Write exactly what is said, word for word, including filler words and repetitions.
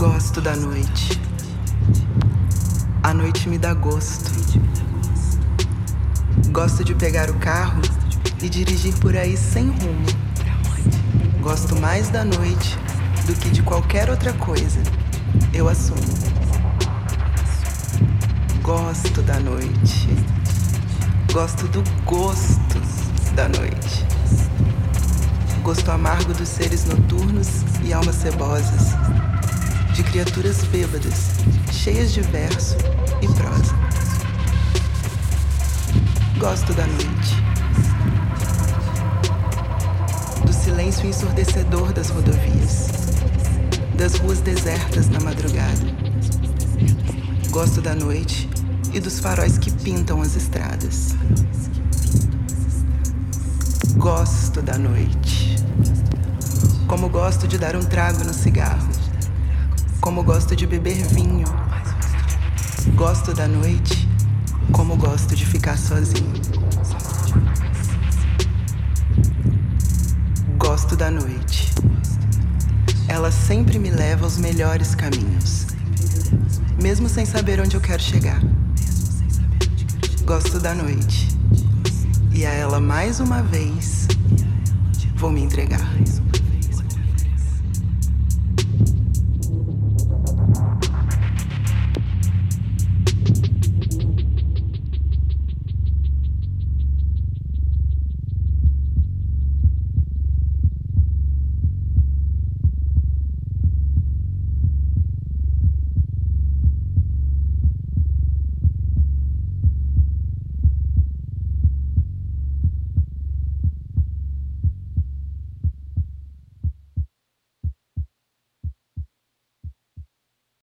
Gosto da noite. A noite me dá gosto. Gosto de pegar o carro e dirigir por aí sem rumo. Gosto mais da noite do que de qualquer outra coisa. Eu assumo. Gosto da noite. Gosto do gosto da noite. Gosto amargo dos seres noturnos e almas cebosas, de criaturas bêbadas, cheias de verso e prosa. Gosto da noite, do silêncio ensurdecedor das rodovias, das ruas desertas na madrugada. Gosto da noite e dos faróis que pintam as estradas. Gosto da noite. Como gosto de dar um trago no cigarro. Como gosto de beber vinho. Gosto da noite. Como gosto de ficar sozinho. Gosto da noite. Ela sempre me leva aos melhores caminhos, mesmo sem saber onde eu quero chegar. Gosto da noite. E a ela mais uma vez vou me entregar.